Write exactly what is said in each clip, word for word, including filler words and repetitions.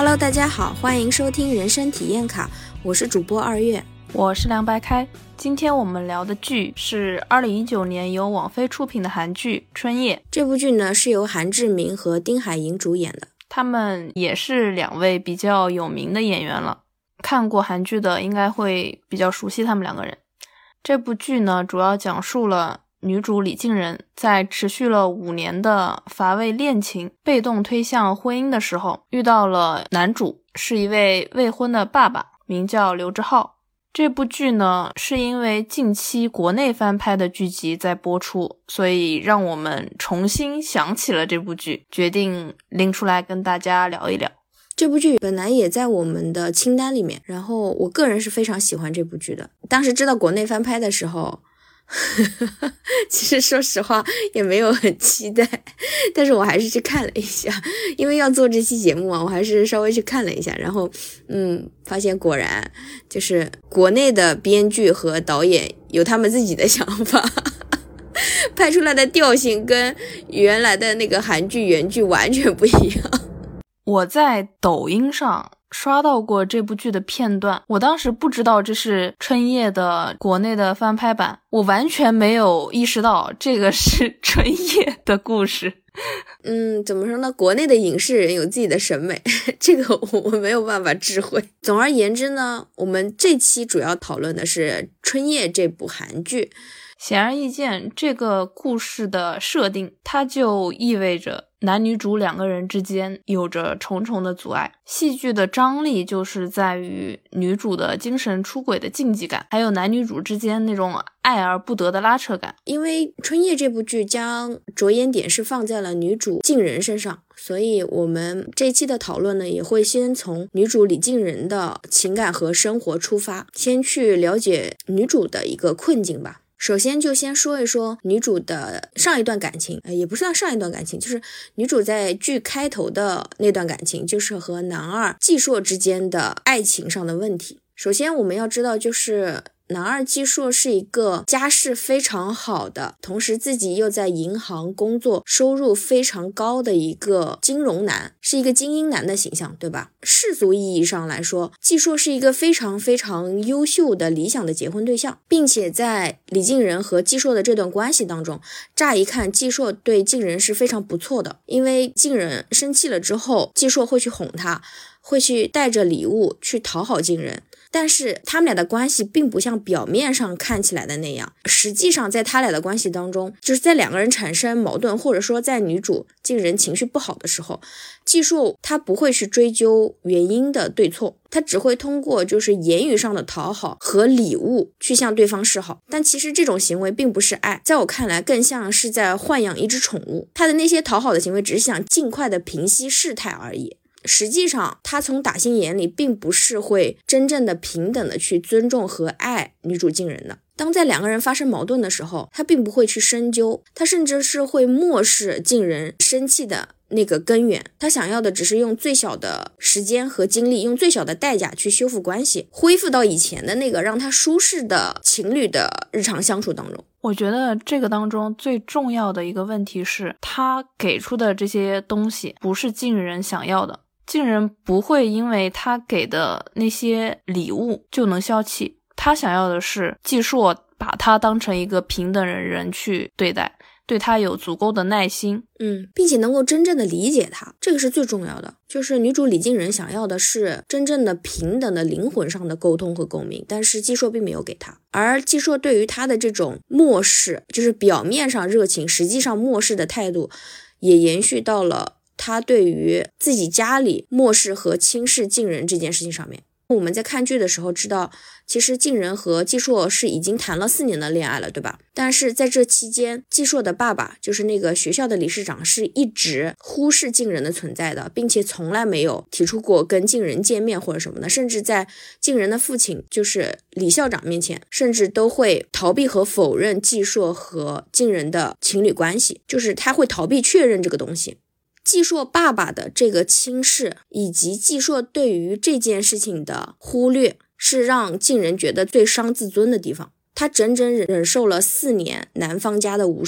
Hello， 大家好，欢迎收听人生体验卡，我是主播二月， 我是凉白开。今天我们聊的剧是二零一九年由网飞出品的韩剧《春夜》。 这部剧呢是由韩志明和丁海寅主演的， 他们也是两位比较有名的演员了，看过韩剧的应该会比较熟悉他们两个人。这部剧呢主要讲述了女主李静仁在持续了五年的乏味恋情被动推向婚姻的时候，遇到了男主，是一位未婚的爸爸，名叫刘志浩。这部剧呢是因为近期国内翻拍的剧集在播出，所以让我们重新想起了这部剧，决定拎出来跟大家聊一聊。 这部剧本来也在我们的清单里面，然后我个人是非常喜欢这部剧的。当时知道国内翻拍的时候其实说实话也没有很期待，但是我还是去看了一下，因为要做这期节目啊，我还是稍微去看了一下，然后嗯，发现果然就是国内的编剧和导演有他们自己的想法拍出来的调性跟原来的那个韩剧原剧完全不一样。 我在抖音上刷到过这部剧的片段，我当时不知道这是春夜的国内的翻拍版，我完全没有意识到这个是春夜的故事。 嗯，怎么说呢？国内的影视人有自己的审美，这个我没有办法智慧。总而言之呢，我们这期主要讨论的是春夜这部韩剧。 显而易见，这个故事的设定，它就意味着男女主两个人之间有着重重的阻碍。戏剧的张力就是在于女主的精神出轨的禁忌感，还有男女主之间那种爱而不得的拉扯感。 因为春夜这部剧将着眼点是放在了女主静仁身上，所以我们这一期的讨论呢，也会先从女主李静仁的情感和生活出发，先去了解女主的一个困境吧。首先就先说一说女主的上一段感情，呃，也不算上一段感情，就是女主在剧开头的那段感情，就是和男二季硕之间的爱情上的问题。首先我们要知道，就是男二季硕是一个家世非常好的，同时自己又在银行工作，收入非常高的一个金融男，是一个精英男的形象，对吧？世俗意义上来说，季硕是一个非常非常优秀的理想的结婚对象，并且在李静仁和季硕的这段关系当中，乍一看季硕对静仁是非常不错的，因为静仁生气了之后，季硕会去哄她，会去带着礼物去讨好静仁。但是他们俩的关系并不像表面上看起来的那样，实际上在他俩的关系当中，就是在两个人产生矛盾，或者说在女主静仁情绪不好的时候，季硕他不会去追究原因的对错，他只会通过就是言语上的讨好和礼物去向对方示好。但其实这种行为并不是爱，在我看来更像是在豢养一只宠物，他的那些讨好的行为只是想尽快的平息事态而已。实际上他从打心眼里并不是会真正的平等的去尊重和爱女主静仁的。当在两个人发生矛盾的时候，他并不会去深究，他甚至是会漠视静仁生气的那个根源，他想要的只是用最小的时间和精力，用最小的代价去修复关系，恢复到以前的那个让他舒适的情侣的日常相处当中。 我觉得这个当中最重要的一个问题是，他给出的这些东西不是静仁想要的，静仁不会因为他给的那些礼物就能消气，他想要的是季硕把他当成一个平等的人去对待，对他有足够的耐心， 嗯，并且能够真正的理解他，这个是最重要的。就是女主李静仁想要的是真正的平等的灵魂上的沟通和共鸣，但是季硕并没有给他，而季硕对于他的这种漠视，就是表面上热情实际上漠视的态度，也延续到了他对于自己家里漠视和轻视静仁这件事情上面。我们在看剧的时候知道，其实静仁和季硕是已经谈了四年的恋爱了，对吧？但是在这期间，季硕的爸爸就是那个学校的理事长是一直忽视静仁的存在的，并且从来没有提出过跟静仁见面或者什么的，甚至在静仁的父亲就是李校长面前，甚至都会逃避和否认季硕和静仁的情侣关系，就是他会逃避确认这个东西。季硕爸爸的这个轻视，以及季硕对于这件事情的忽略，是让静仁觉得最伤自尊的地方。他整整忍受了四年男方家的无视，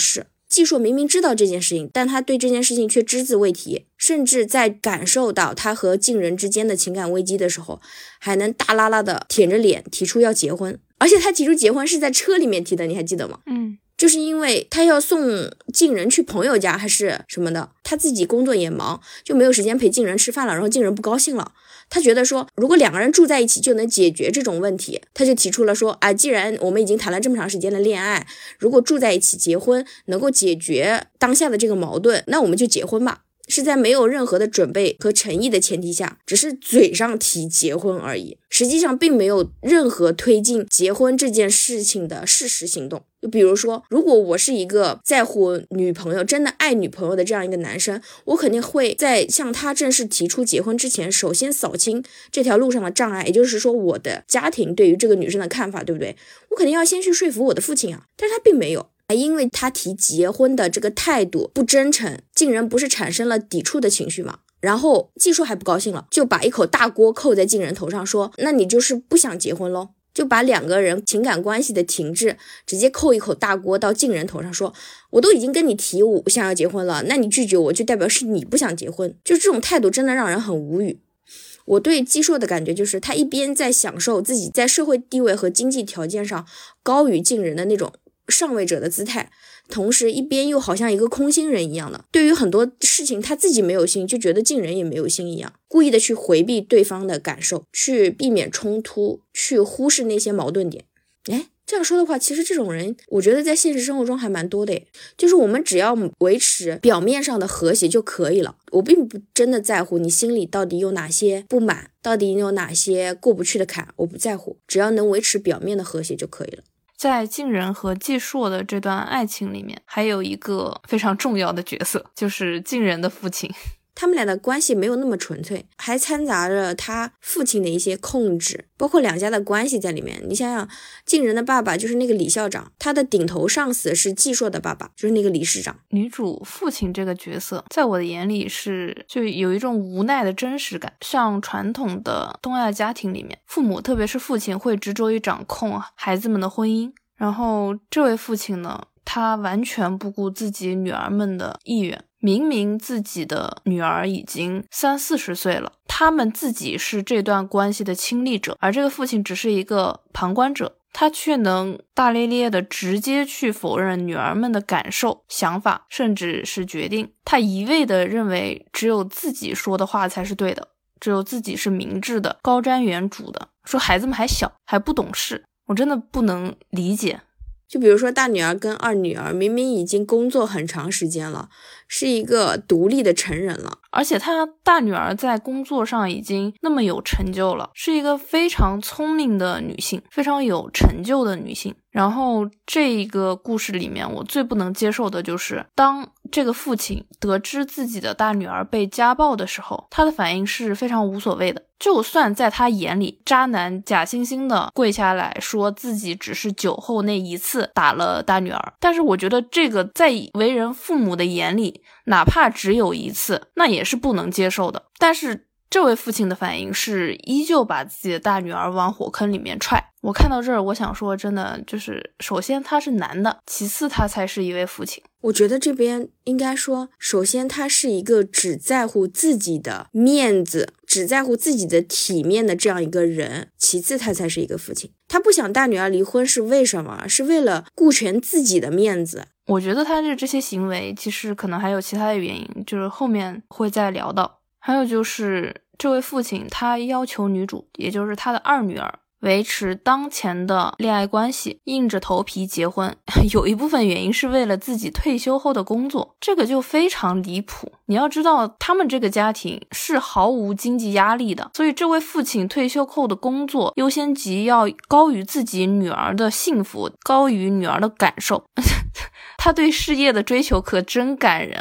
季硕明明知道这件事情，但他对这件事情却只字未提，甚至在感受到他和静人之间的情感危机的时候，还能大拉拉的舔着脸提出要结婚。而且他提出结婚是在车里面提的，你还记得吗？ 嗯， 就是因为他要送静人去朋友家还是什么的，他自己工作也忙，就没有时间陪静人吃饭了，然后静人不高兴了，他觉得说如果两个人住在一起就能解决这种问题，他就提出了说啊，既然我们已经谈了这么长时间的恋爱，如果住在一起结婚能够解决当下的这个矛盾，那我们就结婚吧。是在没有任何的准备和诚意的前提下，只是嘴上提结婚而已，实际上并没有任何推进结婚这件事情的事实行动。就比如说，如果我是一个在乎女朋友真的爱女朋友的这样一个男生，我肯定会在向他正式提出结婚之前，首先扫清这条路上的障碍，也就是说我的家庭对于这个女生的看法，对不对？我肯定要先去说服我的父亲啊，但是他并没有，因为他提结婚的这个态度不真诚，竟然不是产生了抵触的情绪吗？然后季硕还不高兴了，就把一口大锅扣在静人头上，说那你就是不想结婚咯，就把两个人情感关系的停滞直接扣一口大锅到静人头上，说我都已经跟你提我想要结婚了，那你拒绝我就代表是你不想结婚。就是这种态度真的让人很无语。我对季硕的感觉就是他一边在享受自己在社会地位和经济条件上高于静人的那种上位者的姿态，同时一边又好像一个空心人一样的，对于很多事情他自己没有心，就觉得静人也没有心一样，故意的去回避对方的感受，去避免冲突，去忽视那些矛盾点。哎，这样说的话，其实这种人我觉得在现实生活中还蛮多的耶，就是我们只要维持表面上的和谐就可以了，我并不真的在乎你心里到底有哪些不满，到底有哪些过不去的坎，我不在乎，只要能维持表面的和谐就可以了。 在静人和季硕的这段爱情里面，还有一个非常重要的角色，就是静人的父亲。 他们俩的关系没有那么纯粹，还掺杂着他父亲的一些控制，包括两家的关系在里面。你想想，静人的爸爸就是那个李校长，他的顶头上司是季硕的爸爸，就是那个李市长。 女主父亲这个角色在我的眼里是就有一种无奈的真实感，像传统的东亚家庭里面，父母特别是父亲会执着于掌控孩子们的婚姻，然后这位父亲呢，他完全不顾自己女儿们的意愿，明明自己的女儿已经三四十岁了，他们自己是这段关系的亲历者，而这个父亲只是一个旁观者，他却能大咧咧的直接去否认女儿们的感受、想法，甚至是决定。他一味的认为只有自己说的话才是对的，只有自己是明智的、高瞻远瞩的，说孩子们还小，还不懂事，我真的不能理解。 就比如说大女儿跟二女儿明明已经工作很长时间了，是一个独立的成人了， 而且她大女儿在工作上已经那么有成就了，是一个非常聪明的女性，非常有成就的女性。然后这个故事里面我最不能接受的就是当这个父亲得知自己的大女儿被家暴的时候，他的反应是非常无所谓的，就算在他眼里渣男假惺惺的跪下来说自己只是酒后那一次打了大女儿，但是我觉得这个在为人父母的眼里哪怕只有一次那也是不能接受的。但是这位父亲的反应是依旧把自己的大女儿往火坑里面踹。我看到这儿我想说真的就是首先他是男的，其次他才是一位父亲。 我觉得这边应该说首先他是一个只在乎自己的面子，只在乎自己的体面的这样一个人，其次他才是一个父亲。他不想大女儿离婚是为什么？是为了顾全自己的面子。 我觉得他的这些行为其实可能还有其他的原因，就是后面会再聊到。还有就是这位父亲他要求女主，也就是他的二女儿维持当前的恋爱关系，硬着头皮结婚，有一部分原因是为了自己退休后的工作，这个就非常离谱。你要知道他们这个家庭是毫无经济压力的，所以这位父亲退休后的工作优先级要高于自己女儿的幸福，高于女儿的感受他对事业的追求可真感人啊。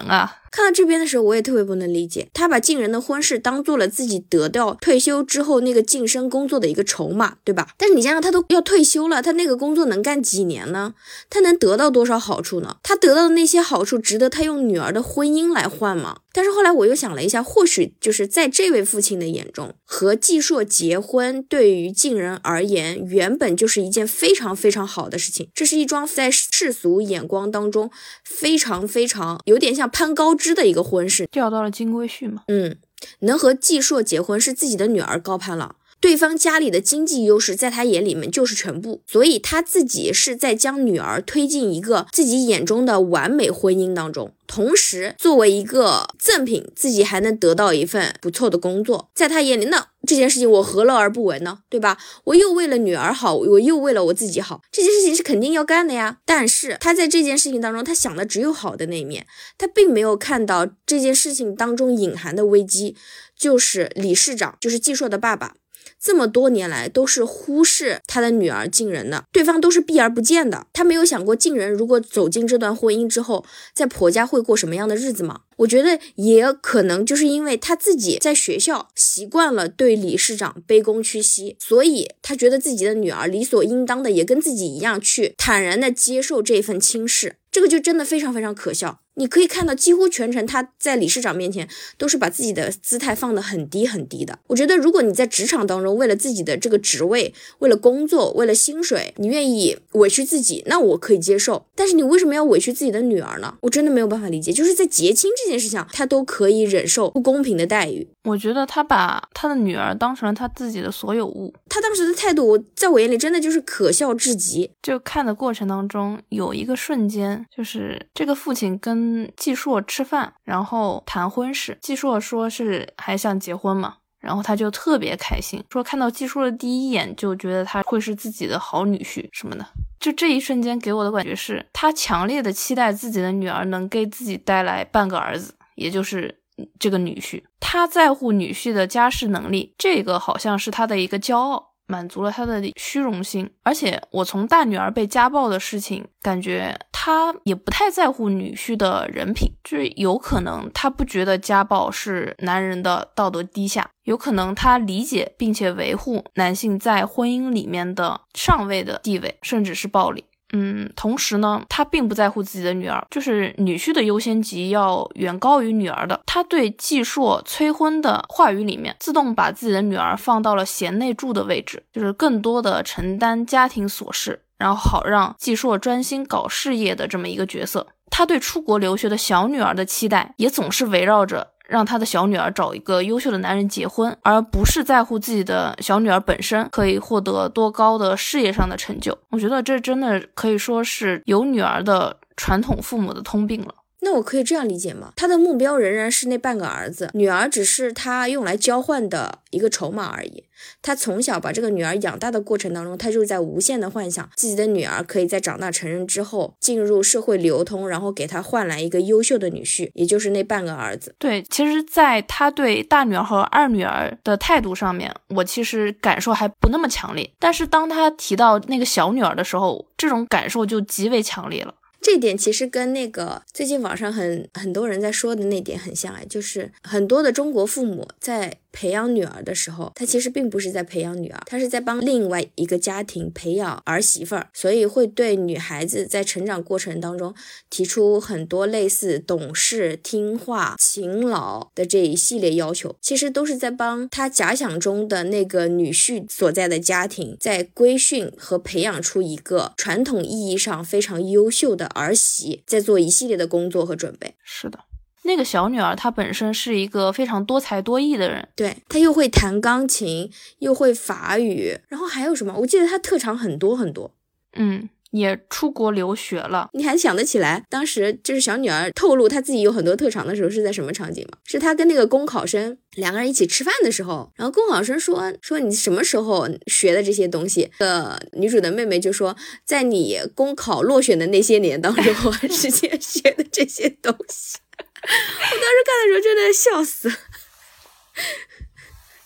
看到这边的时候，我也特别不能理解，他把晋人的婚事当做了自己得到退休之后那个晋升工作的一个筹码，对吧？但是你想想，他都要退休了，他那个工作能干几年呢？他能得到多少好处呢？他得到的那些好处值得他用女儿的婚姻来换吗？但是后来我又想了一下，或许就是在这位父亲的眼中，和季硕结婚对于晋人而言原本就是一件非常非常好的事情，这是一桩在世俗眼光当中非常非常有点像攀高枝的一个婚事， 钓到了金龟婿嘛。 嗯，能和季硕结婚是自己的女儿高攀了，对方家里的经济优势在他眼里面就是全部，所以他自己是在将女儿推进一个自己眼中的完美婚姻当中，同时作为一个赠品，自己还能得到一份不错的工作，在他眼里，那这件事情我何乐而不为呢？对吧？我又为了女儿好，我又为了我自己好，这件事情是肯定要干的呀。但是他在这件事情当中，他想的只有好的那一面，他并没有看到这件事情当中隐含的危机，就是李市长，就是季硕的爸爸，这么多年来都是忽视他的女儿晋人的，对方都是避而不见的。他没有想过晋人如果走进这段婚姻之后，在婆家会过什么样的日子吗？我觉得也可能就是因为他自己在学校习惯了对李市长卑躬屈膝，所以他觉得自己的女儿理所应当的也跟自己一样去坦然的接受这份轻视，这个就真的非常非常可笑。你可以看到几乎全程他在理事长面前都是把自己的姿态放得很低很低的。我觉得如果你在职场当中为了自己的这个职位，为了工作，为了薪水，你愿意委屈自己，那我可以接受，但是你为什么要委屈自己的女儿呢？我真的没有办法理解，就是在结亲这件事情他都可以忍受不公平的待遇。 我觉得他把他的女儿当成了他自己的所有物， 他当时的态度在我眼里真的就是可笑至极。 就看的过程当中有一个瞬间，就是这个父亲跟季硕吃饭，然后谈婚事，季硕说是还想结婚嘛，然后他就特别开心，说看到季硕的第一眼就觉得他会是自己的好女婿什么的。就这一瞬间给我的感觉是，他强烈的期待自己的女儿能给自己带来半个儿子，也就是这个女婿。他在乎女婿的家世能力，这个好像是他的一个骄傲，满足了他的虚荣心。而且我从大女儿被家暴的事情感觉他也不太在乎女婿的人品，就是有可能他不觉得家暴是男人的道德低下，有可能他理解并且维护男性在婚姻里面的上位的地位，甚至是暴力。嗯，同时呢，他并不在乎自己的女儿，就是女婿的优先级要远高于女儿的。他对季硕催婚的话语里面，自动把自己的女儿放到了贤内助的位置，就是更多的承担家庭琐事，然后好让季硕专心搞事业的这么一个角色。他对出国留学的小女儿的期待，也总是围绕着让他的小女儿找一个优秀的男人结婚，而不是在乎自己的小女儿本身可以获得多高的事业上的成就。我觉得这真的可以说是有女儿的传统父母的通病了。 那我可以这样理解吗？他的目标仍然是那半个儿子，女儿只是他用来交换的一个筹码而已。他从小把这个女儿养大的过程当中，他就在无限的幻想自己的女儿可以在长大成人之后进入社会流通，然后给他换来一个优秀的女婿，也就是那半个儿子。 对，其实在他对大女儿和二女儿的态度上面，我其实感受还不那么强烈，但是当他提到那个小女儿的时候，这种感受就极为强烈了。 这点其实跟那个最近网上很很多人在说的那点很像哎，就是很多的中国父母在培养女儿的时候，他其实并不是在培养女儿，他是在帮另外一个家庭培养儿媳妇儿，所以会对女孩子在成长过程当中提出很多类似懂事、听话、勤劳的这一系列要求，其实都是在帮他假想中的那个女婿所在的家庭在规训和培养出一个传统意义上非常优秀的儿媳，在做一系列的工作和准备。 是的，那个小女儿她本身是一个非常多才多艺的人， 对，她又会弹钢琴，又会法语，然后还有什么？我记得她特长很多很多。 嗯，也出国留学了。 你还想得起来当时就是小女儿透露她自己有很多特长的时候是在什么场景吗？是她跟那个公考生两个人一起吃饭的时候，然后公考生说说你什么时候学的这些东西，呃，女主的妹妹就说在你公考落选的那些年当中我之前学的这些东西。我当时看的时候真的笑死。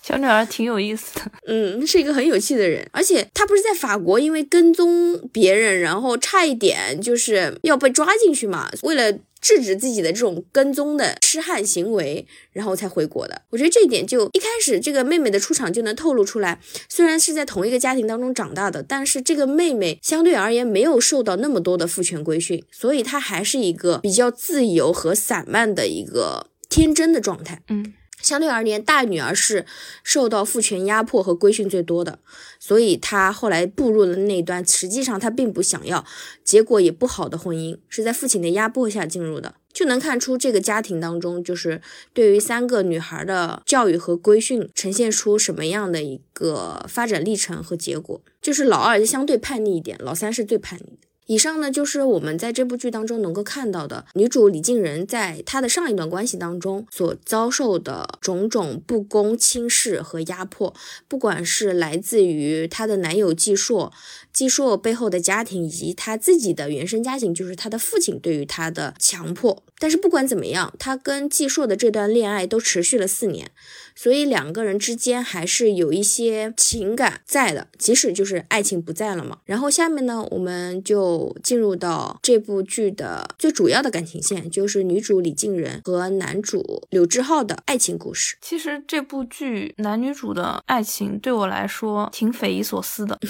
小女孩挺有意思的， 嗯，是一个很有趣的人，而且她不是在法国因为跟踪别人，然后差一点就是要被抓进去嘛，为了制止自己的这种跟踪的痴汉行为，然后才回国的。我觉得这一点就一开始这个妹妹的出场就能透露出来，虽然是在同一个家庭当中长大的，但是这个妹妹相对而言没有受到那么多的父权规训，所以她还是一个比较自由和散漫的一个天真的状态。 嗯。 相对而言，大女儿是受到父权压迫和规训最多的，所以她后来步入了那段实际上她并不想要，结果也不好的婚姻，是在父亲的压迫下进入的。就能看出这个家庭当中，就是对于三个女孩的教育和规训呈现出什么样的一个发展历程和结果。就是老二相对叛逆一点，老三是最叛逆的。以上呢，就是我们在这部剧当中能够看到的女主李静人在她的上一段关系当中所遭受的种种不公、轻视和压迫，不管是来自于她的男友季硕，季硕背后的家庭，以及她自己的原生家庭，就是她的父亲对于她的强迫。但是不管怎么样，她跟季硕的这段恋爱都持续了四年，所以两个人之间还是有一些情感在的，即使就是爱情不在了嘛。然后下面呢，我们就进入到这部剧的最主要的感情线，就是女主李静人和男主柳智浩的爱情故事。 其实这部剧男女主的爱情对我来说挺匪夷所思的。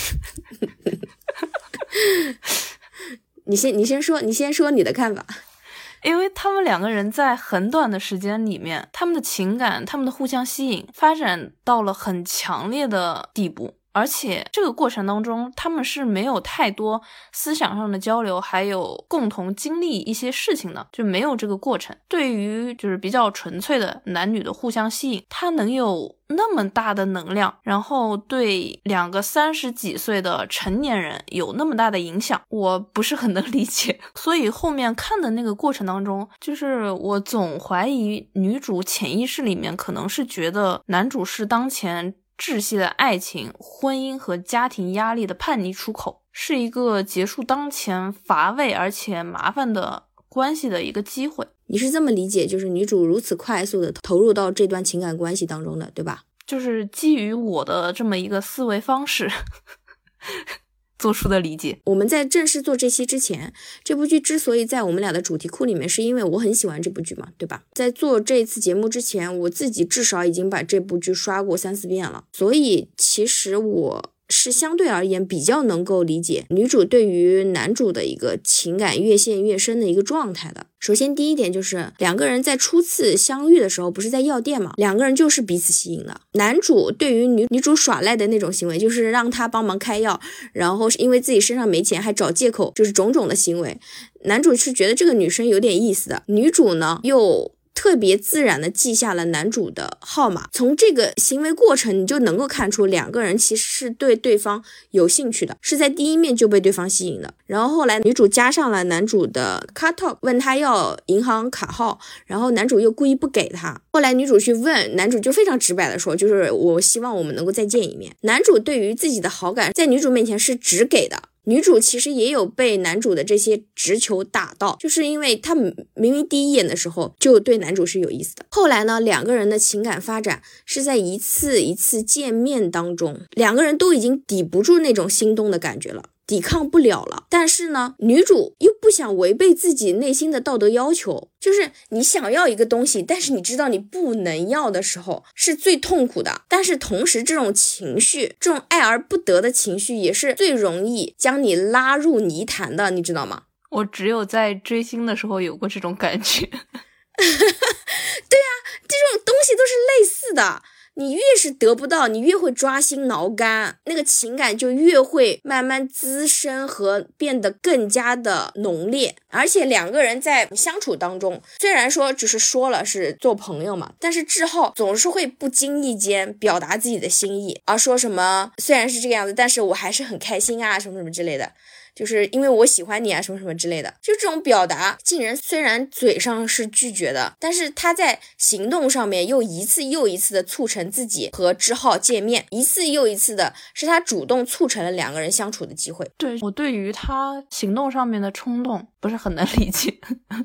你先你先说你先说你的看法。 因为他们两个人在很短的时间里面，他们的情感，他们的互相吸引发展到了很强烈的地步，而且这个过程当中他们是没有太多思想上的交流，还有共同经历一些事情的，就没有这个过程。对于就是比较纯粹的男女的互相吸引，他能有那么大的能量，然后对两个三十几岁的成年人有那么大的影响，我不是很能理解。所以后面看的那个过程当中，就是我总怀疑女主潜意识里面可能是觉得男主是当前窒息的爱情、婚姻和家庭压力的叛逆出口，是一个结束当前乏味而且麻烦的关系的一个机会。 你是这么理解，就是女主如此快速的投入到这段情感关系当中的，对吧？ 就是基于我的这么一个思维方式做出的理解。 我们在正式做这期之前，这部剧之所以在我们俩的主题库里面，是因为我很喜欢这部剧嘛，对吧？在做这次节目之前，我自己至少已经把这部剧刷过三四遍了，所以其实我是相对而言比较能够理解女主对于男主的一个情感越陷越深的一个状态的。首先第一点就是两个人在初次相遇的时候不是在药店嘛，两个人就是彼此吸引的。男主对于女女主耍赖的那种行为，就是让他帮忙开药，然后是因为自己身上没钱还找借口，就是种种的行为，男主是觉得这个女生有点意思的，女主呢又特别自然的记下了男主的号码。从这个行为过程你就能够看出两个人其实是对对方有兴趣的，是在第一面就被对方吸引的。然后后来女主加上了男主的 car talk， 问他要银行卡号，然后男主又故意不给他，后来女主去问，男主就非常直白的说，就是我希望我们能够再见一面。男主对于自己的好感在女主面前是只给的，女主其实也有被男主的这些直球打到，就是因为她明明第一眼的时候就对男主是有意思的。后来呢，两个人的情感发展是在一次一次见面当中，两个人都已经抵不住那种心动的感觉了，抵抗不了了。但是呢，女主又不想违背自己内心的道德要求，就是你想要一个东西，但是你知道你不能要的时候是最痛苦的。但是同时这种情绪，这种爱而不得的情绪也是最容易将你拉入泥潭的，你知道吗？ 我只有在追星的时候有过这种感觉。 对啊，这种东西都是类似的，你越是得不到，你越会抓心挠肝，那个情感就越会慢慢滋生和变得更加的浓烈。而且两个人在相处当中，虽然说只是说了是做朋友嘛，但是志浩总是会不经意间表达自己的心意，而说什么虽然是这个样子，但是我还是很开心啊，什么什么之类的，就是因为我喜欢你啊，什么什么之类的。就这种表达，静人虽然嘴上是拒绝的，但是他在行动上面又一次又一次的促成自己和志浩见面，一次又一次的是他主动促成了两个人相处的机会。 对，我对于他行动上面的冲动不是很能理解。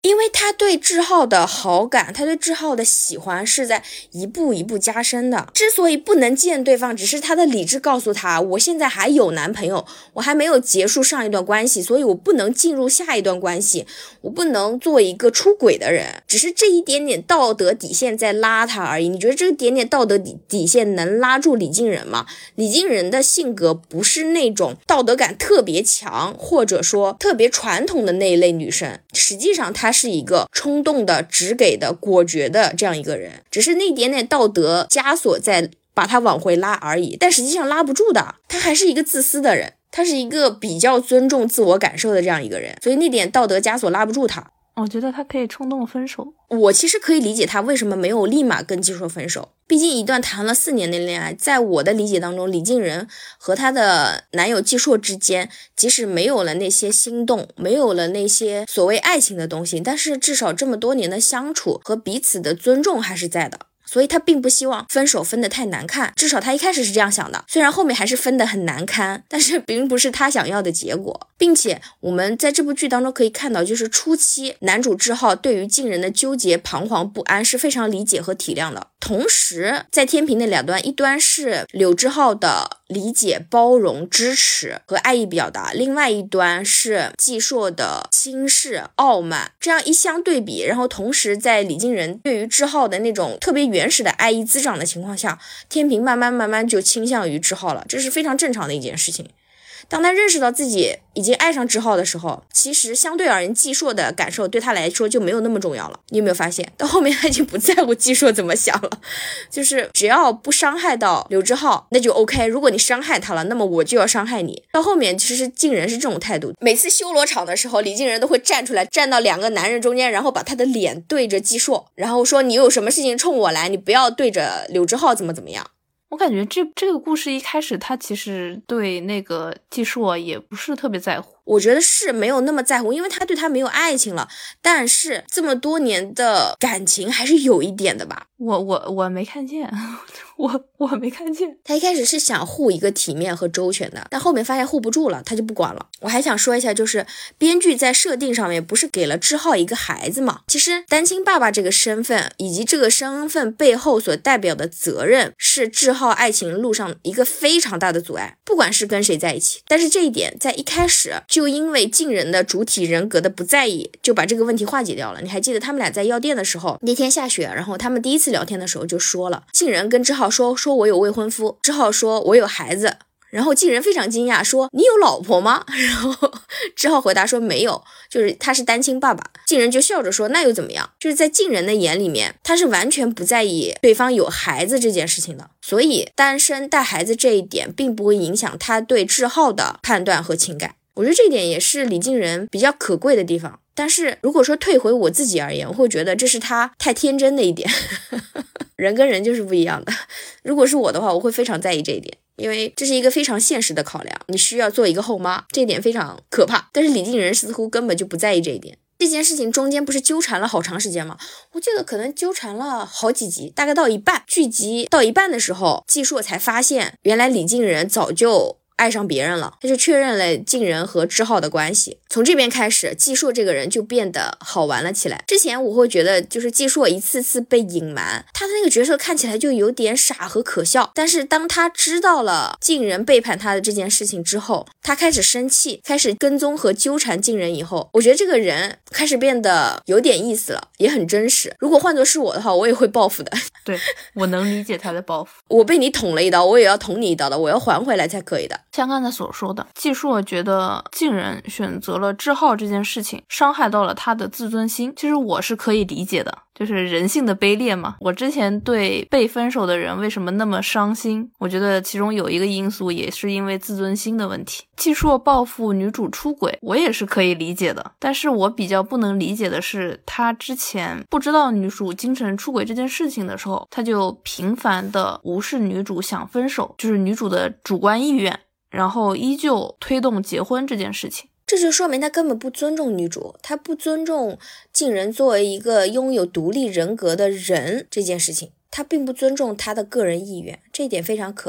因为他对志浩的好感，他对志浩的喜欢是在一步一步加深的。之所以不能见对方，只是他的理智告诉他，我现在还有男朋友，我还没有结束上一段关系，所以我不能进入下一段关系，我不能做一个出轨的人，只是这一点点道德底线在拉他而已。你觉得这个点点道德底底线能拉住李静人吗？李静人的性格不是那种道德感特别强，或者说特别传统的那一类女生，实际上她是一个冲动的、直给的、果决的这样一个人，只是那一点点道德枷锁在把她往回拉而已，但实际上拉不住的。她还是一个自私的人，她是一个比较尊重自我感受的这样一个人，所以那点道德枷锁拉不住她。 我觉得他可以冲动分手。 我其实可以理解他为什么没有立马跟季硕分手，毕竟一段谈了四年的恋爱，在我的理解当中，李静人和她的男友季硕之间，即使没有了那些心动，没有了那些所谓爱情的东西，但是至少这么多年的相处和彼此的尊重还是在的。所以他并不希望分手分得太难看，至少他一开始是这样想的，虽然后面还是分得很难堪，但是并不是他想要的结果。并且我们在这部剧当中可以看到，就是初期男主志浩对于静人的纠结、彷徨不安是非常理解和体谅的，同时在天平的两端，一端是柳志浩的理解、包容、支持和爱意表达，另外一端是季硕的轻视、傲慢，这样一相对比，然后同时在李静人对于志浩的那种特别原始的爱意滋长的情况下，天平慢慢慢慢就倾向于志浩了，这是非常正常的一件事情。当他认识到自己已经爱上志浩的时候，其实相对而言季硕的感受对他来说就没有那么重要了。你有没有发现到后面他已经不在乎季硕怎么想了，就是只要不伤害到柳志浩那就 OK， 如果你伤害他了，那么我就要伤害你。到后面其实静人是这种态度，每次修罗场的时候，李静人都会站出来，站到两个男人中间，然后把他的脸对着季硕，然后说你有什么事情冲我来，你不要对着柳志浩怎么怎么样。 我感觉这这个故事一开始他其实对那个季硕也不是特别在乎， 我觉得是没有那么在乎，因为他对他没有爱情了，但是这么多年的感情还是有一点的吧。 我我我没看见我我没看见。 他一开始是想护一个体面和周全的，但后面发现护不住了，他就不管了。我还想说一下，就是编剧在设定上面不是给了志浩一个孩子吗？其实单亲爸爸这个身份以及这个身份背后所代表的责任，是志浩爱情路上一个非常大的阻碍，不管是跟谁在一起。但是这一点在一开始就因为静人的主体人格的不在意，就把这个问题化解掉了。你还记得他们俩在药店的时候，那天下雪，然后他们第一次聊天的时候就说了，静人跟志浩说说我有未婚夫，志浩说我有孩子，然后静人非常惊讶说你有老婆吗？然后志浩回答说没有，就是他是单亲爸爸。静人就笑着说那又怎么样，就是在静人的眼里面，他是完全不在意对方有孩子这件事情的，所以单身带孩子这一点并不会影响他对志浩的判断和情感。我觉得这一点也是李静人比较可贵的地方。但是如果说退回我自己而言，我会觉得这是他太天真的一点人跟人就是不一样的。如果是我的话，我会非常在意这一点，因为这是一个非常现实的考量，你需要做一个后妈，这一点非常可怕。但是李静人似乎根本就不在意这一点。这件事情中间不是纠缠了好长时间吗？我记得可能纠缠了好几集，大概到一半，剧集到一半的时候，季硕才发现原来李静人早就爱上别人了，他就确认了静人和志浩的关系。从这边开始，季硕这个人就变得好玩了起来。之前我会觉得就是季硕一次次被隐瞒，他的那个角色看起来就有点傻和可笑，但是当他知道了静人背叛他的这件事情之后，他开始生气，开始跟踪和纠缠静人以后，我觉得这个人开始变得有点意思了，也很真实。如果换作是我的话，我也会报复的。 对，我能理解他的报复我被你捅了一刀，我也要捅你一刀的，我要还回来才可以的。 像刚才所说的，季硕觉得静人选择了志浩这件事情伤害到了他的自尊心，其实我是可以理解的，就是人性的卑劣嘛。我之前对被分手的人为什么那么伤心，我觉得其中有一个因素也是因为自尊心的问题。季硕报复女主出轨，我也是可以理解的，但是我比较不能理解的是，他之前不知道女主精神出轨这件事情的时候，他就频繁的无视女主想分手，就是女主的主观意愿，然后依旧推动结婚这件事情。 这就说明他根本不尊重女主，他不尊重静人作为一个拥有独立人格的人这件事情，他并不尊重他的个人意愿，这一点非常可怕。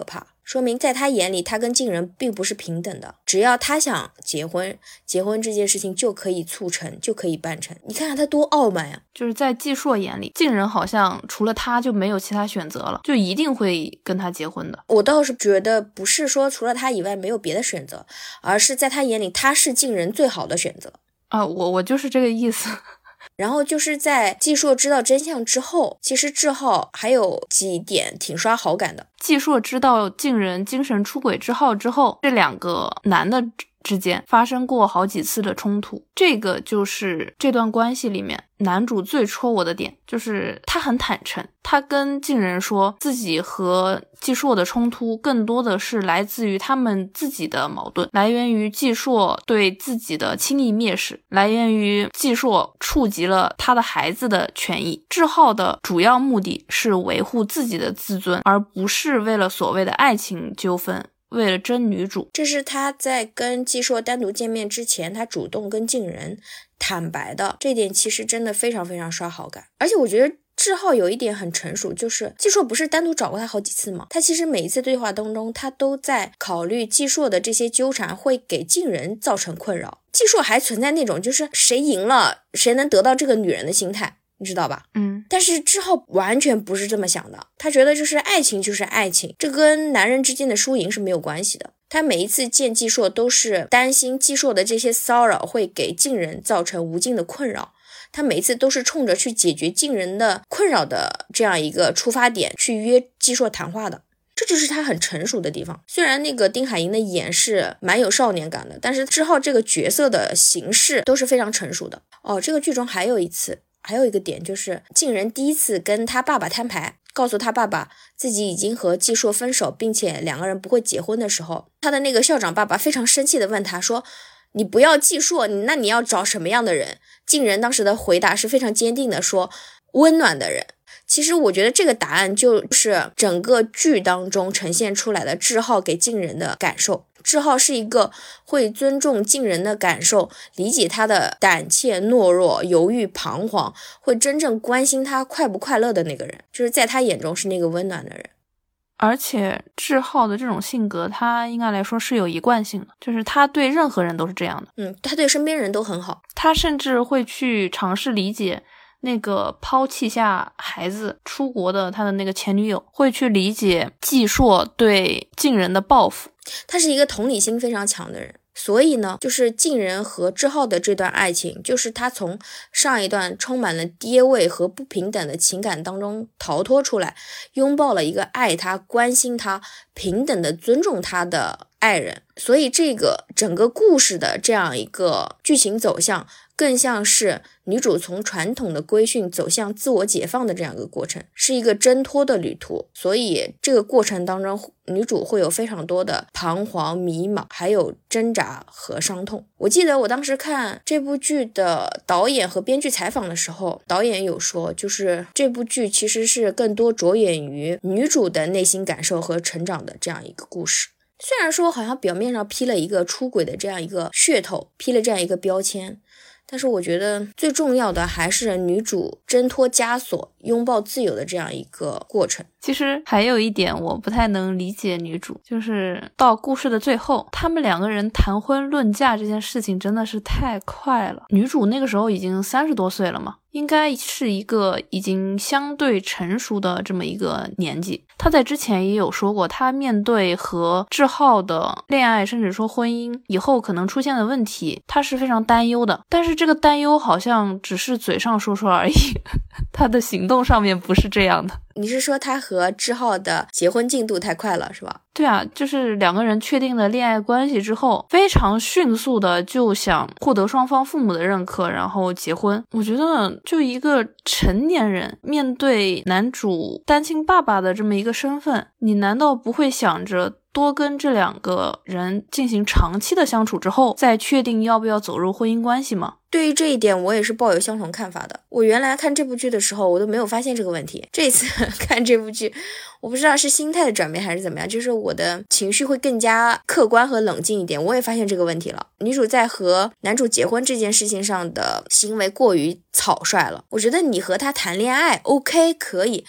说明在他眼里他跟晋人并不是平等的，只要他想结婚，结婚这件事情就可以促成，就可以办成。你看看他多傲慢呀！ 就是在季硕眼里，晋人好像除了他就没有其他选择了，就一定会跟他结婚的。 我倒是觉得不是说除了他以外没有别的选择，而是在他眼里他是晋人最好的选择啊，我我就是这个意思。 然后就是在季硕知道真相之后，其实志浩还有几点挺刷好感的。 季硕知道晋人精神出轨之后之后，这两个男的之间发生过好几次的冲突，这个就是这段关系里面男主最戳我的点，就是他很坦诚，他跟晋人说自己和季硕的冲突更多的是来自于他们自己的矛盾，来源于季硕对自己的轻易蔑视，来源于季硕触及了他的孩子的权益。志浩的主要目的是维护自己的自尊，而不是为了所谓的爱情纠纷，为了争女主。 这是他在跟季硕单独见面之前，他主动跟晋人坦白的，这点其实真的非常非常刷好感。而且我觉得志浩有一点很成熟，就是季硕不是单独找过他好几次吗？他其实每一次对话当中，他都在考虑季硕的这些纠缠会给晋人造成困扰。季硕还存在那种就是谁赢了谁能得到这个女人的心态，你知道吧？ 嗯， 但是志浩完全不是这么想的，他觉得就是爱情就是爱情，这跟男人之间的输赢是没有关系的。他每一次见季硕都是担心季硕的这些骚扰会给晋人造成无尽的困扰，他每一次都是冲着去解决晋人的困扰的这样一个出发点去约季硕谈话的。这就是他很成熟的地方。虽然那个丁海寅的演是蛮有少年感的，但是志浩这个角色的形式都是非常成熟的。哦，这个剧中还有一次还有一个点，就是晋人第一次跟他爸爸摊牌，告诉他爸爸自己已经和季硕分手，并且两个人不会结婚的时候，他的那个校长爸爸非常生气的问他说，你不要季硕，你那你要找什么样的人？晋人当时的回答是非常坚定的说，温暖的人。其实我觉得这个答案就是整个剧当中呈现出来的志浩给晋人的感受。志浩是一个会尊重晋人的感受，理解他的胆怯、懦弱、犹豫、彷徨，会真正关心他快不快乐的那个人，就是在他眼中是那个温暖的人。 而且志浩的这种性格，他应该来说是有一贯性的，就是他对任何人都是这样的。 嗯，他对身边人都很好， 他甚至会去尝试理解那个抛弃下孩子出国的他的那个前女友，会去理解季硕对晋人的报复。 他是一个同理心非常强的人。所以呢，就是晋人和志浩的这段爱情，就是他从上一段充满了爹味和不平等的情感当中逃脱出来，拥抱了一个爱他、关心他、平等的尊重他的爱人。所以这个整个故事的这样一个剧情走向，更像是女主从传统的规训走向自我解放的这样一个过程，是一个挣脱的旅途。所以这个过程当中，女主会有非常多的彷徨、迷茫，还有挣扎和伤痛。我记得我当时看这部剧的导演和编剧采访的时候，导演有说，就是这部剧其实是更多着眼于女主的内心感受和成长的这样一个故事。虽然说好像表面上披了一个出轨的这样一个噱头，披了这样一个标签，但是我觉得最重要的还是女主挣脱枷锁、拥抱自由的这样一个过程。 其实还有一点我不太能理解女主，就是到故事的最后，他们两个人谈婚论嫁这件事情真的是太快了。女主那个时候已经三十多岁了嘛，应该是一个已经相对成熟的这么一个年纪。她在之前也有说过，她面对和志浩的恋爱甚至说婚姻以后可能出现的问题，她是非常担忧的。但是这个担忧好像只是嘴上说说而已，她的行动上面不是这样的。 你是说他和志浩的结婚进度太快了是吧？ 对啊，就是两个人确定了恋爱关系之后，非常迅速的就想获得双方父母的认可，然后结婚。我觉得就一个成年人面对男主单亲爸爸的这么一个身份，你难道不会想着多跟这两个人进行长期的相处之后，再确定要不要走入婚姻关系吗？ 对于这一点我也是抱有相同看法的。我原来看这部剧的时候我都没有发现这个问题，这次看这部剧我不知道是心态的转变还是怎么样，就是我的情绪会更加客观和冷静一点。我也发现这个问题了，女主在和男主结婚这件事情上的行为过于草率了。我觉得你和他谈恋爱 OK 可以，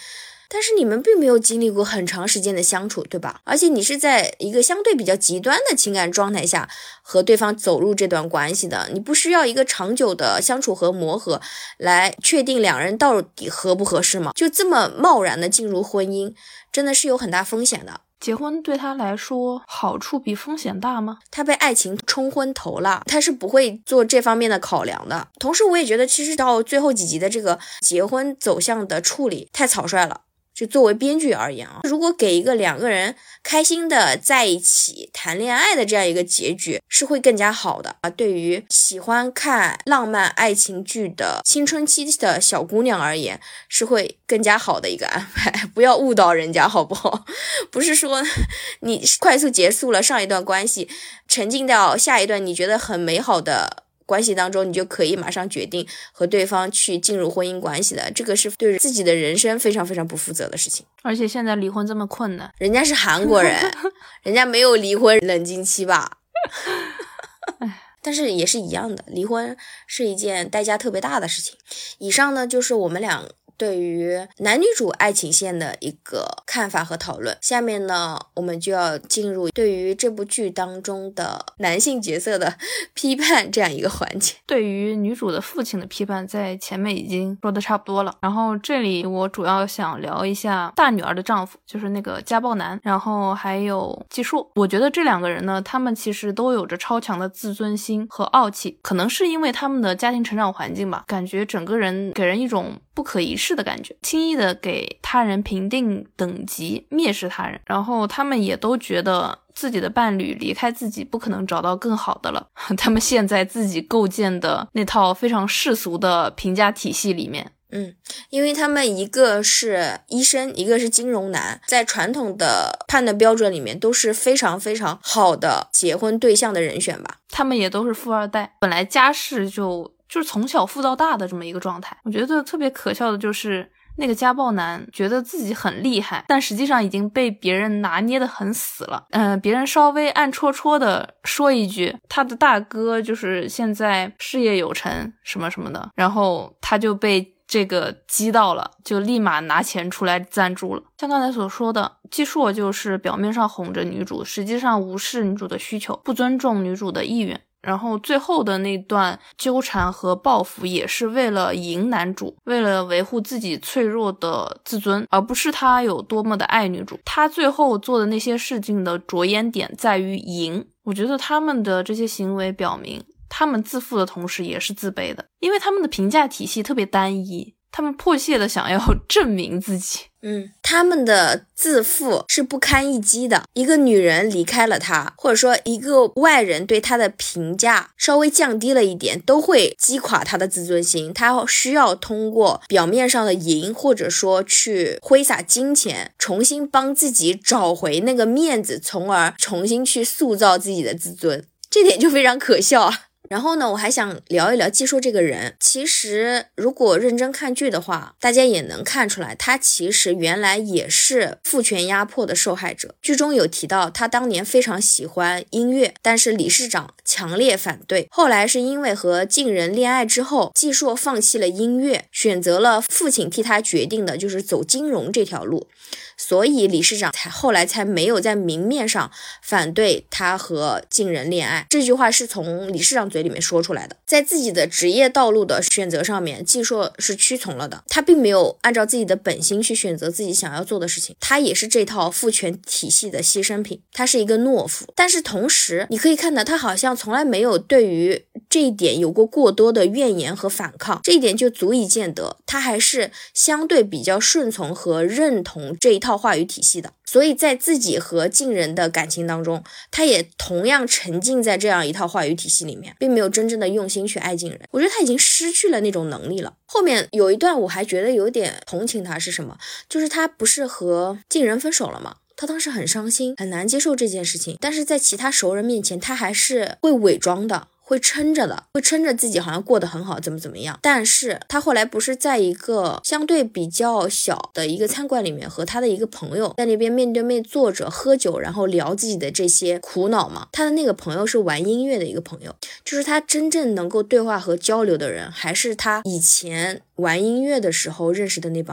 但是你们并没有经历过很长时间的相处，对吧？而且你是在一个相对比较极端的情感状态下和对方走入这段关系的，你不需要一个长久的相处和磨合来确定两人到底合不合适吗？就这么贸然的进入婚姻，真的是有很大风险的。 结婚对他来说好处比风险大吗？ 他被爱情冲昏头了，他是不会做这方面的考量的。同时我也觉得其实到最后几集的这个结婚走向的处理太草率了，就作为编剧而言啊，如果给一个两个人开心的在一起谈恋爱的这样一个结局是会更加好的啊。对于喜欢看浪漫爱情剧的青春期的小姑娘而言是会更加好的一个安排，不要误导人家好不好？不是说你快速结束了上一段关系，沉浸到下一段你觉得很美好的关系当中，你就可以马上决定和对方去进入婚姻关系的，这个是对自己的人生非常非常不负责的事情。 而且现在离婚这么困难， 人家是韩国人人家没有离婚冷静期吧但是也是一样的，离婚是一件代价特别大的事情。以上呢就是我们俩对于男女主爱情线的一个看法和讨论，下面呢我们就要进入对于这部剧当中的男性角色的批判这样一个环节。 对于女主的父亲的批判在前面已经说的差不多了，然后这里我主要想聊一下大女儿的丈夫，就是那个家暴男，然后还有季硕。我觉得这两个人呢，他们其实都有着超强的自尊心和傲气，可能是因为他们的家庭成长环境吧，感觉整个人给人一种不可一世的感觉，轻易的给他人评定等级，蔑视他人，然后他们也都觉得自己的伴侣离开自己不可能找到更好的了，他们现在自己构建的那套非常世俗的评价体系里面。 嗯，因为他们一个是医生，一个是金融男，在传统的判断标准里面都是非常非常好的结婚对象的人选吧。 他们也都是富二代，本来家世就就是从小富到大的这么一个状态。我觉得特别可笑的就是那个家暴男觉得自己很厉害，但实际上已经被别人拿捏得很死了。嗯、呃，别人稍微暗戳戳的说一句他的大哥就是现在事业有成什么什么的，然后他就被这个激到了，就立马拿钱出来赞助了。像刚才所说的，季硕就是表面上哄着女主，实际上无视女主的需求，不尊重女主的意愿。然后最后的那段纠缠和报复也是为了赢男主，为了维护自己脆弱的自尊，而不是他有多么的爱女主。他最后做的那些事情的着眼点在于赢。我觉得他们的这些行为表明他们自负的同时也是自卑的，因为他们的评价体系特别单一，他们迫切的想要证明自己。 嗯，他们的自负是不堪一击的。一个女人离开了他，或者说一个外人对他的评价稍微降低了一点，都会击垮他的自尊心。他需要通过表面上的赢，或者说去挥洒金钱，重新帮自己找回那个面子，从而重新去塑造自己的自尊。这点就非常可笑啊。然后呢，我还想聊一聊季硕这个人。其实如果认真看剧的话，大家也能看出来，他其实原来也是父权压迫的受害者。剧中有提到他当年非常喜欢音乐，但是理事长强烈反对。后来是因为和晋人恋爱之后，季硕放弃了音乐，选择了父亲替他决定的就是走金融这条路，所以理事长才后来才没有在明面上反对他和晋人恋爱。这句话是从理事长嘴里面说出来的。在自己的职业道路的选择上面，季硕是屈从了的，他并没有按照自己的本心去选择自己想要做的事情，他也是这套父权体系的牺牲品，他是一个懦夫。但是同时你可以看到他好像从来没有对于这一点有过过多的怨言和反抗，这一点就足以见得他还是相对比较顺从和认同这一套话语体系的。所以在自己和晋人的感情当中，他也同样沉浸在这样一套话语体系里面，并没有真正的用心去爱晋人。我觉得他已经失去了那种能力了。后面有一段我还觉得有点同情他，是什么？就是他不是和晋人分手了吗？他当时很伤心，很难接受这件事情，但是在其他熟人面前他还是会伪装的，会撑着的，会撑着自己好像过得很好，怎么怎么样。但是他后来不是在一个相对比较小的一个餐馆里面和他的一个朋友在那边面对面坐着喝酒，然后聊自己的这些苦恼吗？他的那个朋友是玩音乐的一个朋友，就是他真正能够对话和交流的人还是他以前玩音乐的时候认识的那帮人。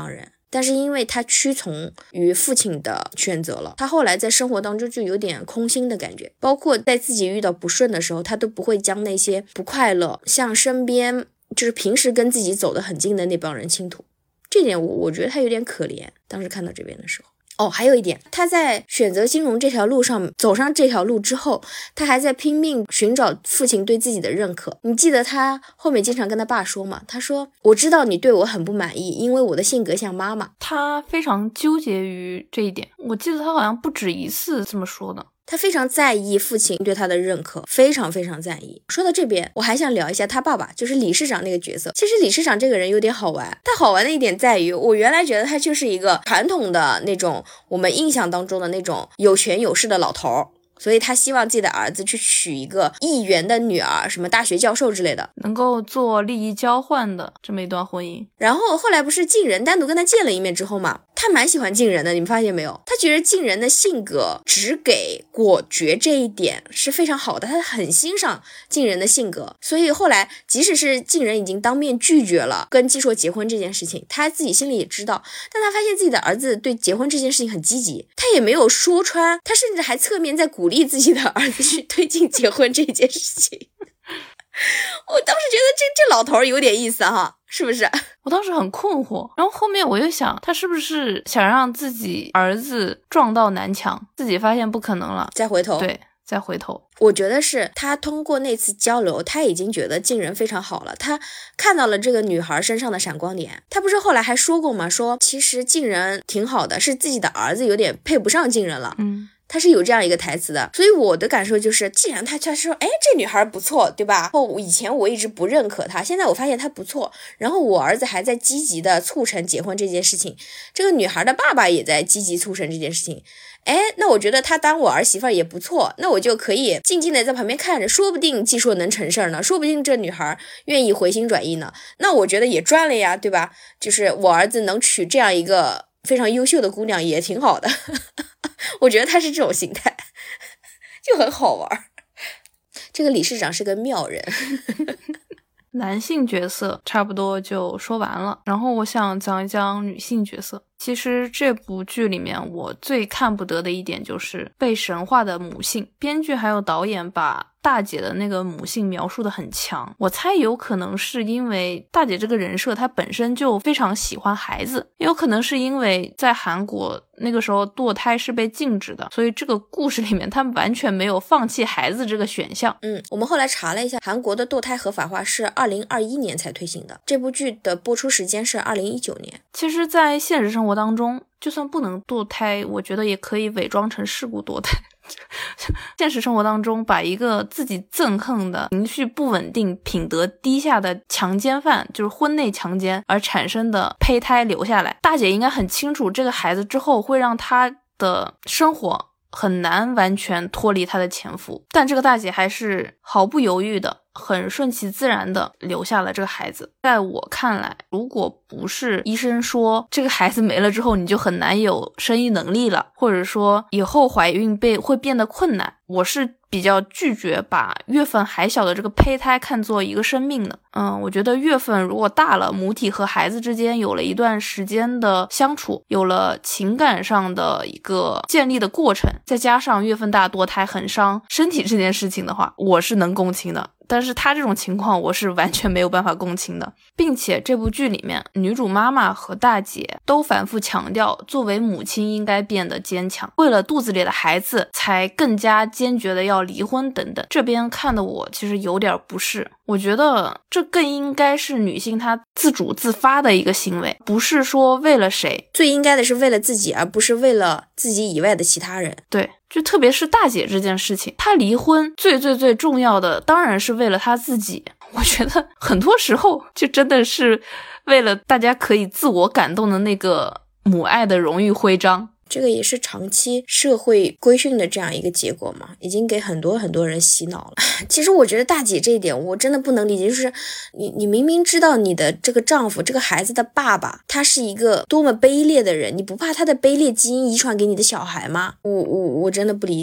但是因为他屈从于父亲的选择了，他后来在生活当中就有点空心的感觉，包括在自己遇到不顺的时候，他都不会将那些不快乐向身边就是平时跟自己走得很近的那帮人倾吐。这点我我觉得他有点可怜，当时看到这边的时候。哦，还有一点，他在选择金融这条路上走上这条路之后，他还在拼命寻找父亲对自己的认可。你记得他后面经常跟他爸说吗？他说我知道你对我很不满意，因为我的性格像妈妈。 他非常纠结于这一点，我记得他好像不止一次这么说的。 他非常在意父亲对他的认可，非常非常在意。说到这边，我还想聊一下他爸爸，就是理事长那个角色。其实理事长这个人有点好玩，他好玩的一点在于，我原来觉得他就是一个传统的那种我们印象当中的那种有权有势的老头，所以他希望自己的儿子去娶一个议员的女儿，什么大学教授之类的， 能够做利益交换的这么一段婚姻。 然后后来不是晋人单独跟他见了一面之后嘛，他蛮喜欢晋人的，你们发现没有？他觉得晋人的性格直给果决这一点是非常好的，他很欣赏晋人的性格，所以后来即使是晋人已经当面拒绝了跟季硕结婚这件事情，他自己心里也知道，但他发现自己的儿子对结婚这件事情很积极，他也没有说穿，他甚至还侧面在鼓励自己的儿子去推进结婚这件事情。我当时觉得这这老头有点意思哈，是不是？ 我当时很困惑，然后后面我又想，他是不是想让自己儿子撞到南墙，自己发现不可能了， 再回头。 对，再回头。 我觉得是他通过那次交流，他已经觉得晋人非常好了，他看到了这个女孩身上的闪光点。他不是后来还说过吗？说其实晋人挺好的，是自己的儿子有点配不上晋人了。 嗯。 他是有这样一个台词的，所以我的感受就是，既然他他说，哎，这女孩不错，对吧？然后以前我一直不认可她，现在我发现她不错，然后我儿子还在积极的促成结婚这件事情，这个女孩的爸爸也在积极促成这件事情，哎，那我觉得他当我儿媳妇也不错，那我就可以静静的在旁边看着，说不定季硕能成事儿呢，说不定这女孩愿意回心转意呢，那我觉得也赚了呀，对吧？就是我儿子能娶这样一个非常优秀的姑娘也挺好的。我觉得他是这种心态，就很好玩。这个理事长是个妙人。 男性角色差不多就说完了，然后我想讲一讲女性角色。其实这部剧里面我最看不得的一点就是被神化的母性，编剧还有导演把大姐的那个母性描述的很强，我猜有可能是因为大姐这个人设她本身就非常喜欢孩子，也有可能是因为在韩国那个时候堕胎是被禁止的，所以这个故事里面他们完全没有放弃孩子这个选项。 嗯，我们后来查了一下，韩国的堕胎合法化是二零二一年才推行的，这部剧的播出时间是二零一九年。 其实在现实生活当中，就算不能堕胎，我觉得也可以伪装成事故堕胎。现实生活当中，把一个自己憎恨的、情绪不稳定、品德低下的强奸犯，就是婚内强奸而产生的胚胎留下来，大姐应该很清楚，这个孩子之后会让她的生活很难完全脱离她的前夫，但这个大姐还是毫不犹豫的、很顺其自然的留下了这个孩子。在我看来，如果不是医生说这个孩子没了之后你就很难有生育能力了，或者说以后怀孕被会变得困难，我是比较拒绝把月份还小的这个胚胎看作一个生命的。嗯，我觉得月份如果大了，母体和孩子之间有了一段时间的相处，有了情感上的一个建立的过程，再加上月份大堕胎很伤身体这件事情的话，我是能共情的。但是他这种情况我是完全没有办法共情的，并且这部剧里面女主妈妈和大姐都反复强调作为母亲应该变得坚强，为了肚子里的孩子才更加坚决的要离婚等等，这边看的我其实有点不适，我觉得这更应该是女性她自主自发的一个行为，不是说为了谁， 最应该的是为了自己，而不是为了自己以外的其他人。 对，就特别是大姐这件事情，她离婚最最最重要的当然是为了她自己，我觉得很多时候就真的是为了大家可以自我感动的那个母爱的荣誉徽章。 这个也是长期社会规训的这样一个结果嘛，已经给很多很多人洗脑了。其实我觉得大姐这一点我真的不能理解，就是你你明明知道你的这个丈夫这个孩子的爸爸他是一个多么卑劣的人，你不怕他的卑劣基因遗传给你的小孩吗？我我我真的不理解。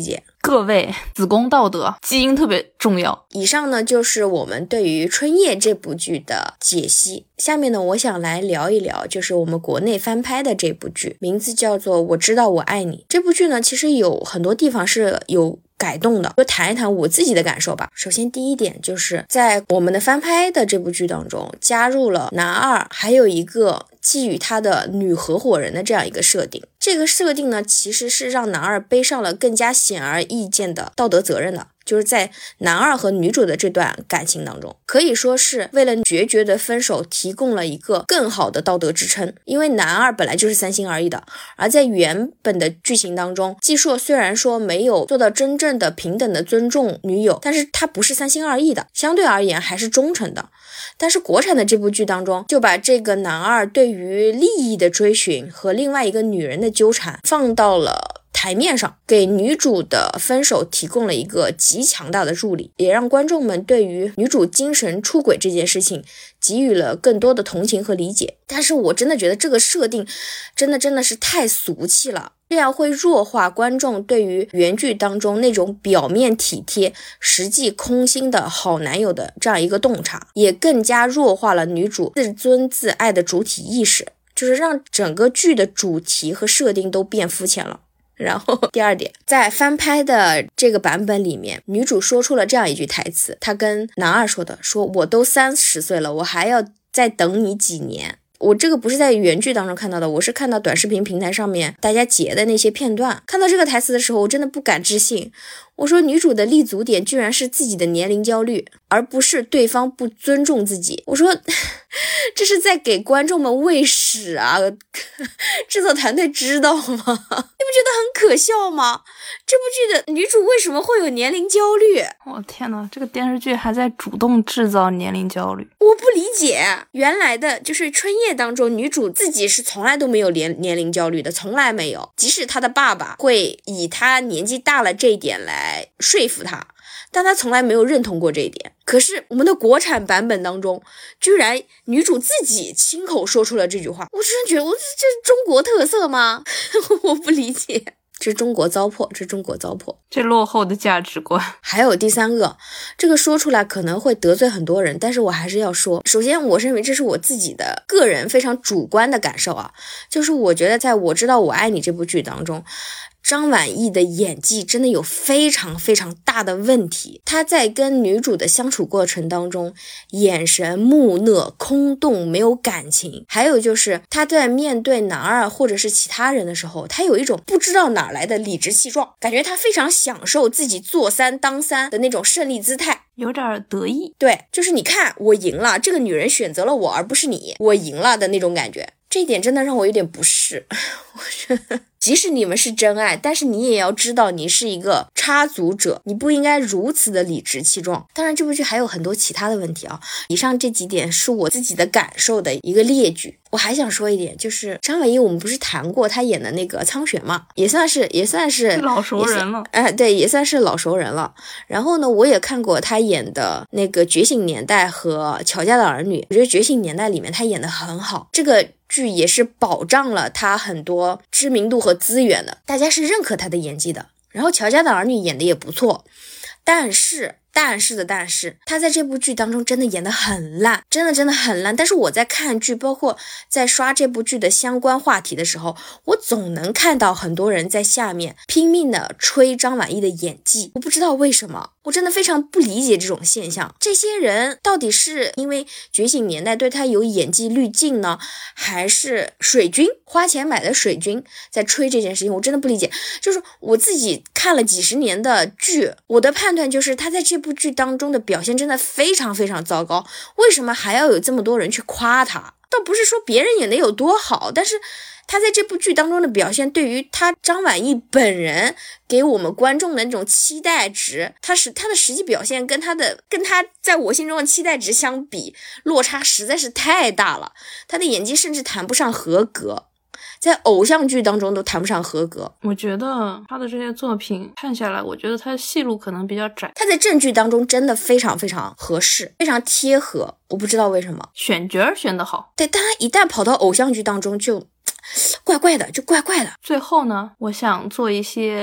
各位，子宫道德，基因特别重要。 以上呢就是我们对于《春夜》这部剧的解析。下面呢，我想来聊一聊，就是我们国内翻拍的这部剧，名字叫做《我知道我爱你》。这部剧呢，其实有很多地方是有改动的，就谈一谈我自己的感受吧。首先第一点就是在我们的翻拍的这部剧当中，加入了男二还有一个寄予他的女合伙人的这样一个设定。这个设定呢，其实是让男二背上了更加显而易见的道德责任的，就是在男二和女主的这段感情当中，可以说是为了决绝的分手提供了一个更好的道德支撑。因为男二本来就是三心二意的，而在原本的剧情当中，季硕虽然说没有做到真正的平等的尊重女友，但是他不是三心二意的，相对而言还是忠诚的。但是国产的这部剧当中，就把这个男二对于利益的追寻和另外一个女人的纠缠放到了台面上，给女主的分手提供了一个极强大的助力，也让观众们对于女主精神出轨这件事情给予了更多的同情和理解。但是我真的觉得这个设定真的真的是太俗气了，这样会弱化观众对于原剧当中那种表面体贴实际空心的好男友的这样一个洞察，也更加弱化了女主自尊自爱的主体意识，就是让整个剧的主题和设定都变肤浅了。然后第二点，在翻拍的这个版本里面，女主说出了这样一句台词，她跟男二说的，说我都三十岁了，我还要再等你几年。我这个不是在原剧当中看到的，我是看到短视频平台上面大家截的那些片段。看到这个台词的时候，我真的不敢置信。我说女主的立足点居然是自己的年龄焦虑，而不是对方不尊重自己。我说这是在给观众们喂屎啊！制作团队知道吗？你不觉得很可笑吗？这部剧的女主为什么会有年龄焦虑？ 我天哪，这个电视剧还在主动制造年龄焦虑， 我不理解。原来的就是春夜当中，女主自己是从来都没有年年龄焦虑的，从来没有。即使她的爸爸会以她年纪大了这一点来说服她，但她从来没有认同过这一点。可是我们的国产版本当中，居然女主自己亲口说出了这句话，我真的觉得，我这这是中国特色吗？我不理解。这是中国糟粕，这是中国糟粕， 这落后的价值观。 还有第三个，这个说出来可能会得罪很多人，但是我还是要说。首先我认为这是我自己的个人非常主观的感受啊，就是我觉得在我知道我爱你这部剧当中，张晚意的演技真的有非常非常大的问题。她在跟女主的相处过程当中，眼神木讷空洞，没有感情。还有就是她在面对男二或者是其他人的时候，她有一种不知道哪来的理直气壮，感觉她非常享受自己坐三当三的那种胜利姿态， 有点得意。 对，就是你看我赢了，这个女人选择了我而不是你，我赢了的那种感觉。这一点真的让我有点不适。我觉得即使你们是真爱，但是你也要知道你是一个插足者，你不应该如此的理直气壮。当然这部剧还有很多其他的问题啊，以上这几点是我自己的感受的一个列举。我还想说一点，就是张晚意我们不是谈过她演的那个苍玄嘛，也算是也算是老熟人了。 哎、呃，对，也算是老熟人了。然后呢，我也看过她演的那个《觉醒年代》和《乔家的儿女》，我觉得《觉醒年代》里面她演得很好，这个剧也是保障了她很多知名度和资源的，大家是认可她的演技的。然后《乔家的儿女》演的也不错，但是但是的但是他在这部剧当中真的演得很烂，真的真的很烂。但是我在看剧，包括在刷这部剧的相关话题的时候，我总能看到很多人在下面拼命的吹张晚意的演技。我不知道为什么，我真的非常不理解这种现象。这些人到底是因为觉醒年代对他有演技滤镜呢，还是水军花钱买的水军在吹这件事情？我真的不理解。就是我自己看了几十年的剧，我的判断就是他在这部剧当中的表现真的非常非常糟糕。为什么还要有这么多人去夸他？倒不是说别人演的有多好，但是他在这部剧当中的表现，对于他张晚意本人给我们观众的那种期待值，他是他的实际表现跟他的跟他在我心中的期待值相比，落差实在是太大了。他的演技甚至谈不上合格，在偶像剧当中都谈不上合格。 我觉得他的这些作品看下来，我觉得他的戏路可能比较窄。 他在正剧当中真的非常非常合适，非常贴合，我不知道为什么选角选得好。 对，但他一旦跑到偶像剧当中就怪怪的，就怪怪的。 最后呢，我想做一些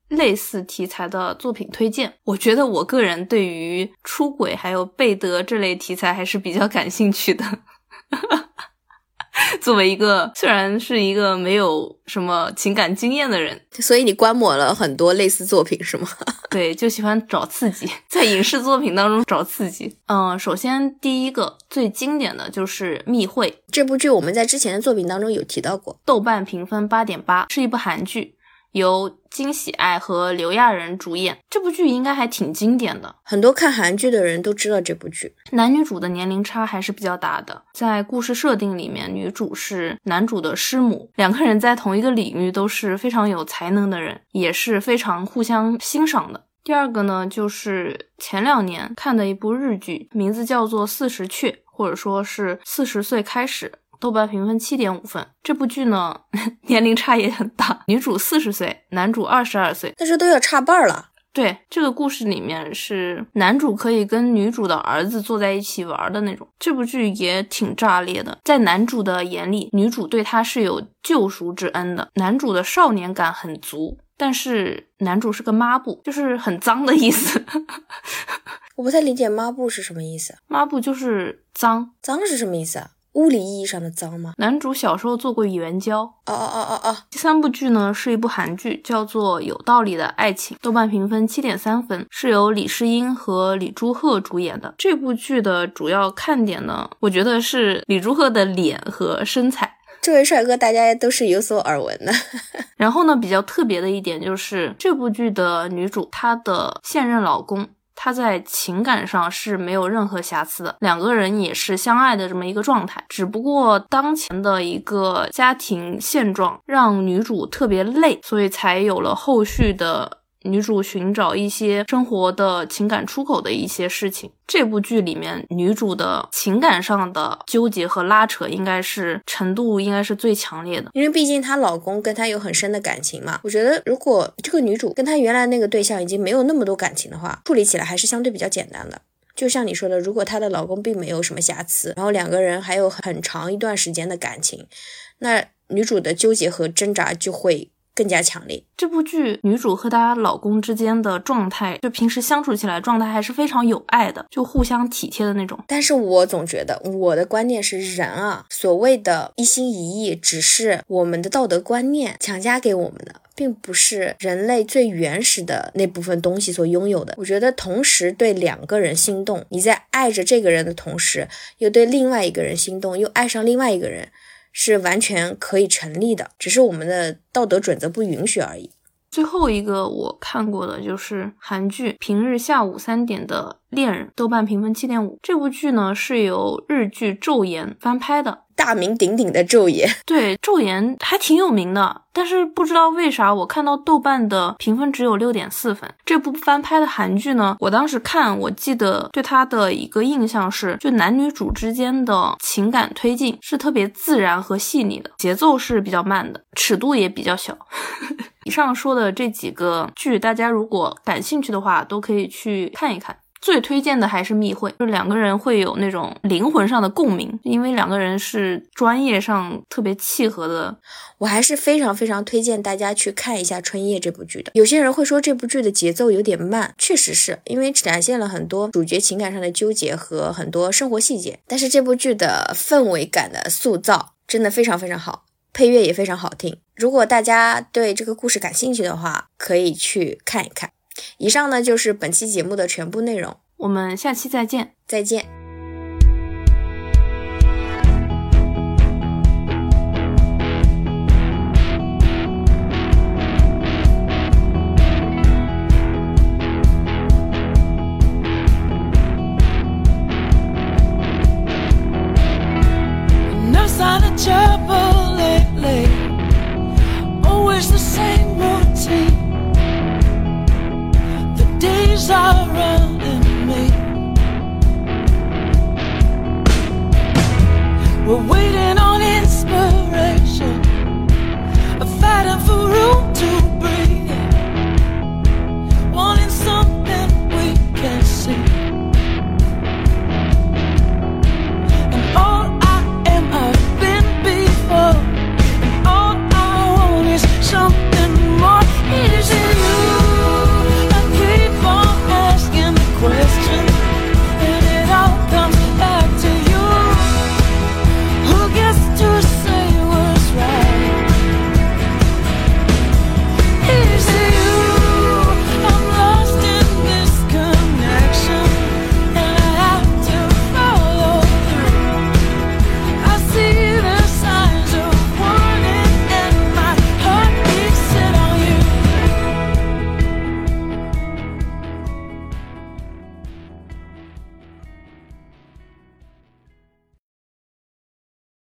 类似题材的作品推荐。我觉得我个人对于出轨还有贝德这类题材还是比较感兴趣的。作为一个虽然是一个没有什么情感经验的人， 所以你观摩了很多类似作品是吗？ 对，就喜欢找刺激，在影视作品当中找刺激。嗯，首先第一个最经典的就是《密会》 这部剧，我们在之前的作品当中有提到过， 豆瓣评分 八点八， 是一部韩剧，由金喜爱和刘亚仁主演。这部剧应该还挺经典的， 很多看韩剧的人都知道这部剧。 男女主的年龄差还是比较大的，在故事设定里面，女主是男主的师母，两个人在同一个领域都是非常有才能的人，也是非常互相欣赏的。第二个呢，就是前两年看的一部日剧，名字叫做四十雀，或者说是四十岁开始，豆瓣评分 七点五 分。这部剧呢年龄差也很大，女主四十岁，男主二十二岁， 但是都要差半了。 对，这个故事里面是男主可以跟女主的儿子坐在一起玩的那种。这部剧也挺炸裂的，在男主的眼里，女主对他是有救赎之恩的，男主的少年感很足，但是男主是个抹布，就是很脏的意思。 我不太理解抹布是什么意思。 抹布就是脏。 脏是什么意思啊？物理意义上的脏吗？ 男主小时候做过援交。 哦哦哦哦哦。 第三部剧呢是一部韩剧，叫做《有道理的爱情》，豆瓣评分 七点三 分，是由李诗英和李朱赫主演的。这部剧的主要看点呢，我觉得是李朱赫的脸和身材。 这位帅哥大家都是有所耳闻的。 然后呢，比较特别的一点就是这部剧的女主她的现任老公，他在情感上是没有任何瑕疵的，两个人也是相爱的这么一个状态，只不过当前的一个家庭现状让女主特别累，所以才有了后续的女主寻找一些生活的情感出口的一些事情。这部剧里面女主的情感上的纠结和拉扯应该是程度应该是最强烈的， 因为毕竟她老公跟她有很深的感情嘛。我觉得如果这个女主跟她原来那个对象已经没有那么多感情的话，处理起来还是相对比较简单的。就像你说的，如果她的老公并没有什么瑕疵，然后两个人还有很长一段时间的感情，那女主的纠结和挣扎就会更加强烈。 这部剧女主和她老公之间的状态，就平时相处起来状态还是非常有爱的，就互相体贴的那种。 但是我总觉得我的观念是，人啊，所谓的一心一意只是我们的道德观念强加给我们的，并不是人类最原始的那部分东西所拥有的。我觉得同时对两个人心动，你在爱着这个人的同时又对另外一个人心动，又爱上另外一个人，是完全可以成立的，只是我们的道德准则不允许而已。 最后一个我看过的就是韩剧《平日下午三点的恋人》，豆瓣评分 七点五。这部剧呢是由日剧昼颜翻拍的， 大名鼎鼎的昼颜。 对，昼颜还挺有名的，但是不知道为啥我看到豆瓣的评分只有 六点四 分。这部翻拍的韩剧呢，我当时看我记得对它的一个印象是，就男女主之间的情感推进是特别自然和细腻的，节奏是比较慢的，尺度也比较小。以上说的这几个剧，大家如果感兴趣的话都可以去看一看。最推荐的还是密会，就是两个人会有那种灵魂上的共鸣，因为两个人是专业上特别契合的。 我还是非常非常推荐大家去看一下春夜这部剧的。有些人会说这部剧的节奏有点慢，确实是因为展现了很多主角情感上的纠结和很多生活细节，但是这部剧的氛围感的塑造真的非常非常好，配乐也非常好听。如果大家对这个故事感兴趣的话，可以去看一看。以上呢就是本期节目的全部内容， 我们下期再见。 再见。 Are running me. We're